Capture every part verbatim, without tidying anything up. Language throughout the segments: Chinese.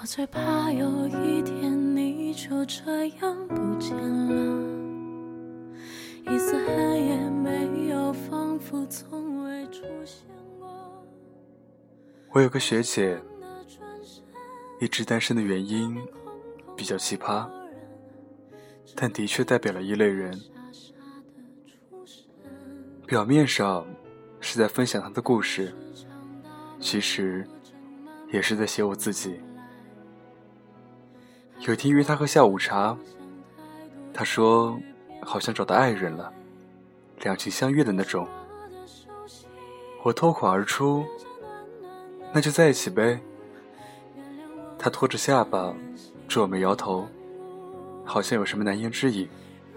我最怕有一天你就这样不见了，一丝痕也没有，仿佛从未出现过。 我有个学姐，一直单身的原因比较奇葩，但的确代表了一类人。表面上是在分享她的故事，其实也是在写我自己。有天约她喝下午茶，她说好像找到爱人了，两情相悦的那种。我脱口而出，那就在一起呗。她拖着下巴皱眉摇头，好像有什么难言之隐。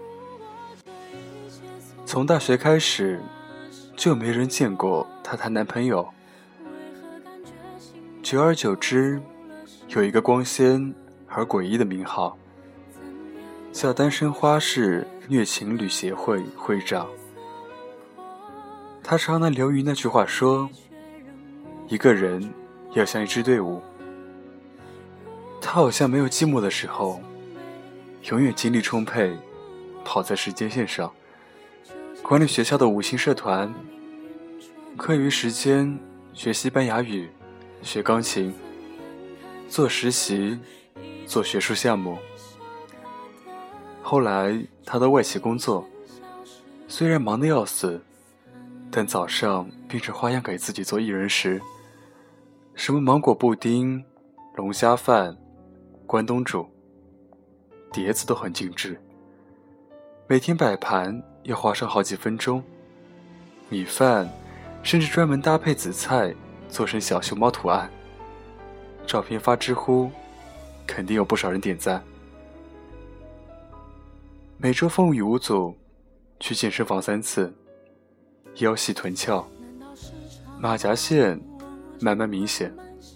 从大学开始就没人见过她谈男朋友，久而久之有一个光鲜而诡异的名号，叫单身花式虐情侣协会会长。他常拿刘瑜那句话说，一个人要像一支队伍，他好像没有寂寞的时候，永远精力充沛，跑在时间线上，管理学校的五星社团，课余时间学西班牙语，学钢琴，做实习，做学术项目。后来他到外企工作，虽然忙得要死，但早上变成花样给自己做一人食，什么芒果布丁、龙虾饭、关东煮，碟子都很精致。每天摆盘要花上好几分钟，米饭甚至专门搭配紫菜做成小熊猫图案，照片发知乎，肯定有不少人点赞。每周风雨无阻去健身房三次，腰细臀翘，马甲线慢慢明显。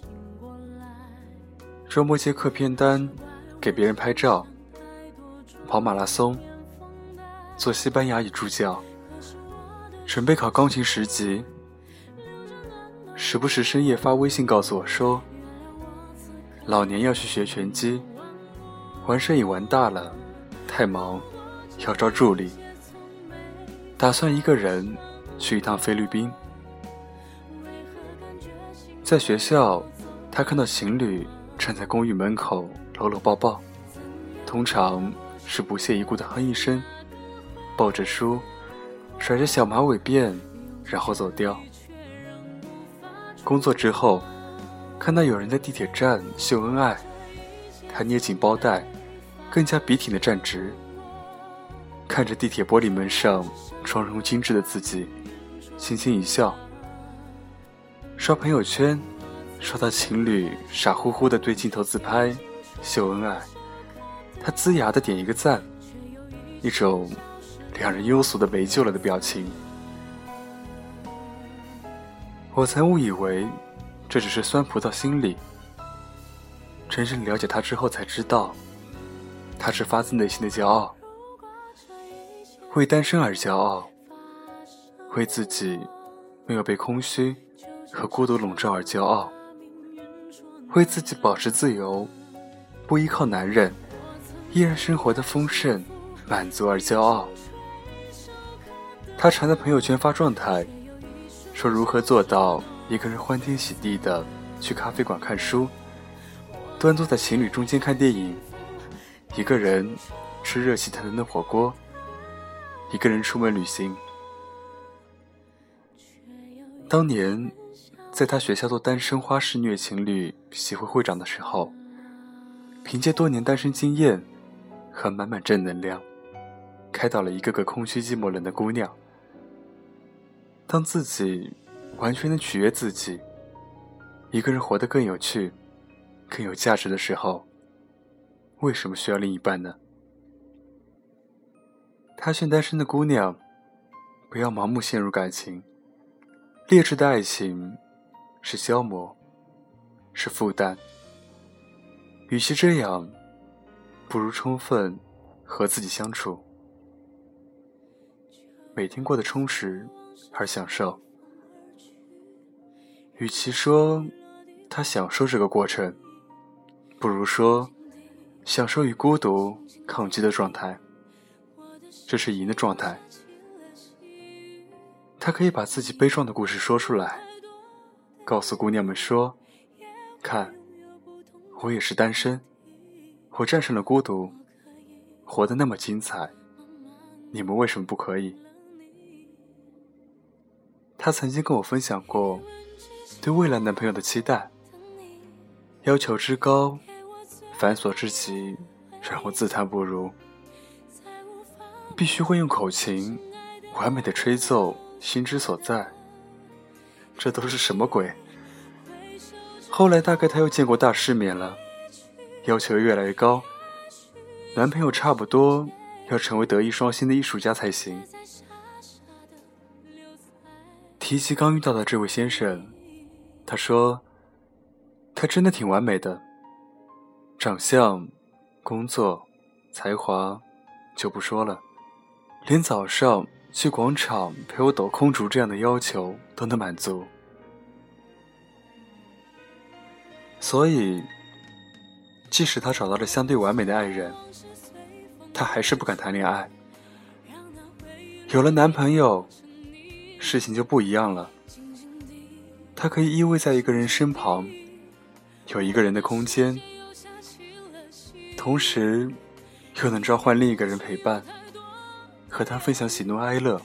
周末接客片单，给别人拍照，跑马拉松，做西班牙语助教，准备考钢琴十级，时不时深夜发微信告诉我说，老年要去学拳击，玩摄影玩大了，太忙，要招助理，打算一个人去一趟菲律宾。在学校，他看到情侣站在公寓门口搂搂抱抱，通常是不屑一顾的哼一声，抱着书，甩着小马尾辫，然后走掉。工作之后，看到有人在地铁站秀恩爱，他捏紧包带，更加笔挺地站直，看着地铁玻璃门上妆容精致的自己，轻轻一笑。刷朋友圈，刷到情侣傻乎乎地对镜头自拍秀恩爱，他呲牙地点一个赞，一种两人庸俗的没救了的表情。我曾误以为这只是酸葡萄心理，真正了解他之后才知道，他是发自内心的骄傲，为单身而骄傲，为自己没有被空虚和孤独笼罩而骄傲，为自己保持自由，不依靠男人，依然生活的丰盛满足而骄傲。他常在朋友圈发状态，说如何做到一个人欢天喜地的去咖啡馆看书，端坐在情侣中间看电影，一个人吃热气腾腾的火锅，一个人出门旅行。当年在他学校做单身花式虐情侣协会会长的时候，凭借多年单身经验和满满正能量，开导了一个个空虚寂寞冷的姑娘。当自己完全能取悦自己，一个人活得更有趣更有价值的时候，为什么需要另一半呢？他劝单身的姑娘不要盲目陷入感情，劣质的爱情是消磨，是负担，与其这样，不如充分和自己相处，每天过得充实而享受。与其说他享受这个过程， 不如说享受与孤独抗击的状态，这是赢的状态。他可以把自己悲壮的故事说出来，告诉姑娘们说，看，我也是单身，我战胜了孤独，活得那么精彩，你们为什么不可以？他曾经跟我分享过对未来男朋友的期待，要求之高，繁琐之极，让我自叹不如。必须会用口琴完美的吹奏心之所在，这都是什么鬼？后来大概他又见过大世面了，要求越来越高，男朋友差不多要成为德艺双馨的艺术家才行。提及刚遇到的这位先生，他说他真的挺完美的，长相、工作、才华就不说了，连早上去广场陪我抖空竹这样的要求都能满足。所以即使他找到了相对完美的爱人，他还是不敢谈恋爱。有了男朋友，事情就不一样了，他可以依偎在一个人身旁，有一个人的空间，同时又能召唤另一个人陪伴，和他分享喜怒哀乐。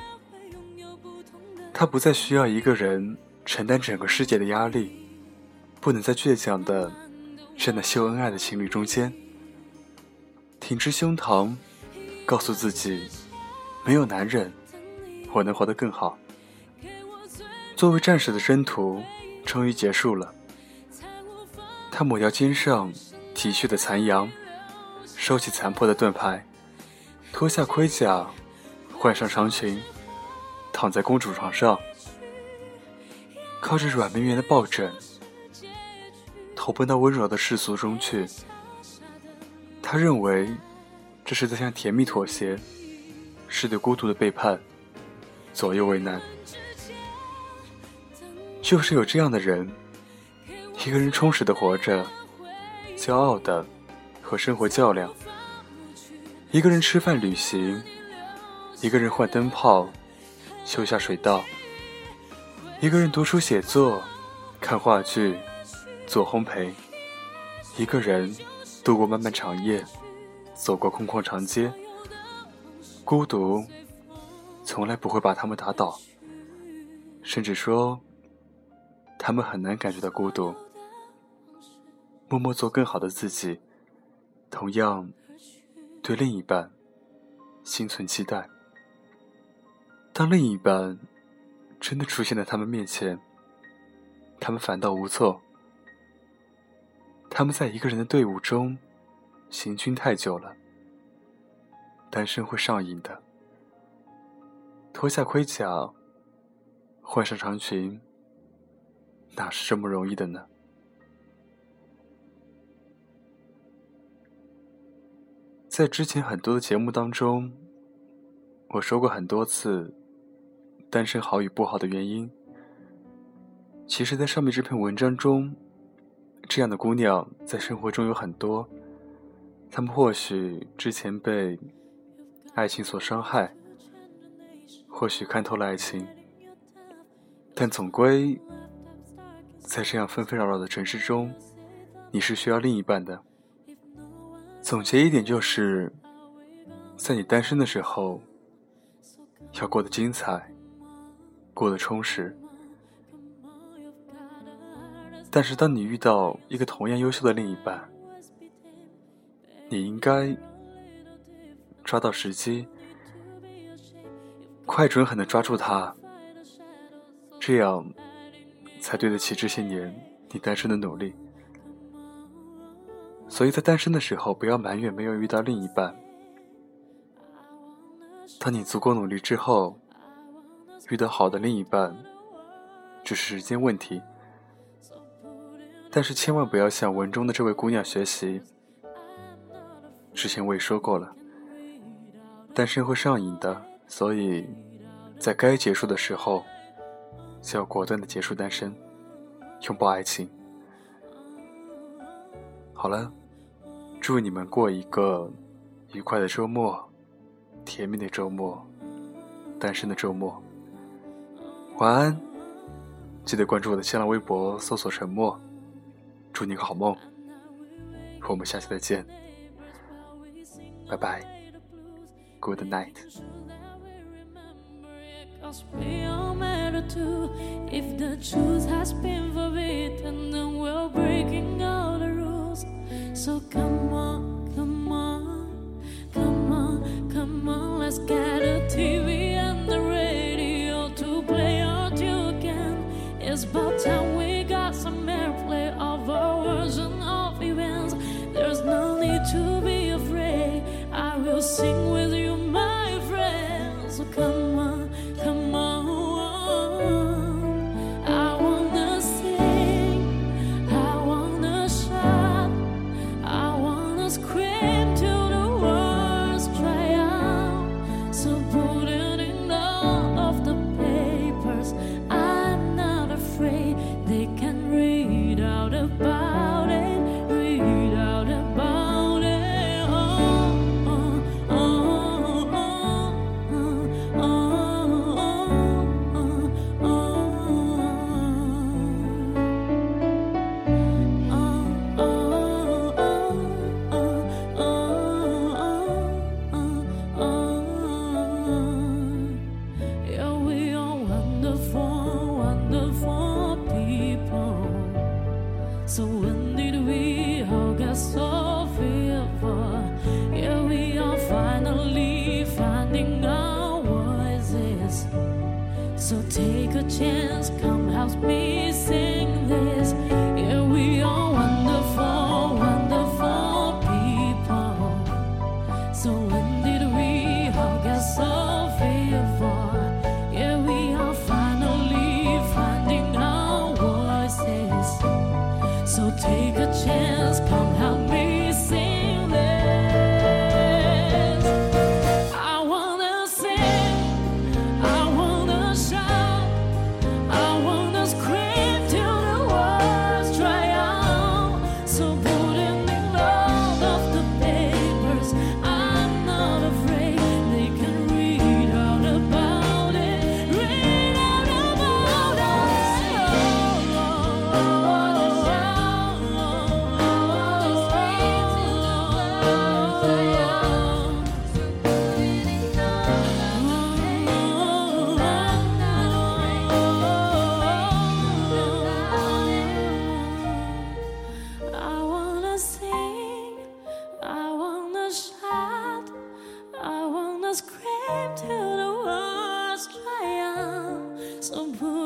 他不再需要一个人承担整个世界的压力，不能再倔强地站在秀恩爱的情侣中间，挺直胸膛告诉自己，没有男人我能活得更好。作为战士的征途终于结束了，他抹掉肩上 T 恤的残阳，收起残破的盾牌，脱下盔甲，换上长裙，躺在公主床上，靠着软绵绵的抱枕，投奔到温柔的世俗中去。他认为这是在向甜蜜妥协，是对孤独的背叛，左右为难。就是有这样的人，一个人充实的活着，骄傲的和生活较量，一个人吃饭旅行，一个人换灯泡修下水道，一个人读书写作，看话剧，做烘焙，一个人度过漫漫长夜，走过空旷长街。孤独从来不会把他们打倒，甚至说他们很难感觉到孤独，默默做更好的自己，同样对另一半心存期待。当另一半真的出现在他们面前，他们反倒无措。他们在一个人的队伍中行军太久了，单身会上瘾的。脱下盔甲，换上长裙，哪是这么容易的呢？在之前很多的节目当中，我说过很多次单身好与不好的原因。其实在上面这篇文章中，这样的姑娘在生活中有很多，她们或许之前被爱情所伤害，或许看透了爱情，但总归在这样纷纷扰扰的城市中，你是需要另一半的。总结一点就是，在你单身的时候，要过得精彩，过得充实。但是当你遇到一个同样优秀的另一半，你应该抓到时机，快准狠地抓住他，这样才对得起这些年你单身的努力。所以在单身的时候，不要埋怨没有遇到另一半。当你足够努力之后，遇到好的另一半只是时间问题。但是千万不要向文中的这位姑娘学习，之前我也说过了，单身会上瘾的，所以在该结束的时候就要果断地结束单身，拥抱爱情。 好了，祝你们过一个愉快的周末，甜蜜的周末，单身的周末。晚安，记得关注我的新浪微博，搜索沉默。祝你个好梦，我们下期再见，拜拜 Good night。 We all matter too. If the truth has been forbidden, then we're breaking all the rules. So come on, come on, come on, come on. Let's get a T V and the radio to play our tune again. It's about time we got some airplay of our version of events. There's no need to be afraid. I will sing with you, my friends. So come on, come on. I wanna sing, I wanna shout, I wanna scream till the words dry out. So put it in all of the papers. I'm not afraid, they can read out about it, read out about it. Oh, oh, oh, oh, oh, oh, oh, oh. Yeah, we are wonderful, wonderful people. So when did we all get so fearful? Yeah, we are finally finding our voices. So take a chance, come help me sing this. Yeah, we are wonderful, wonderful people. So when did we all get so fearful? Yeah, we are finally finding our voices. So take a chance, come help me sing this. I wanna sing, I wanna shout, I wanna scream till the words dry out. So put it in all of the papers. I'm not afraid, they can read out about it, read out about it. I wanna sing, I wanna shout, I wanna scream till the words dry out. So put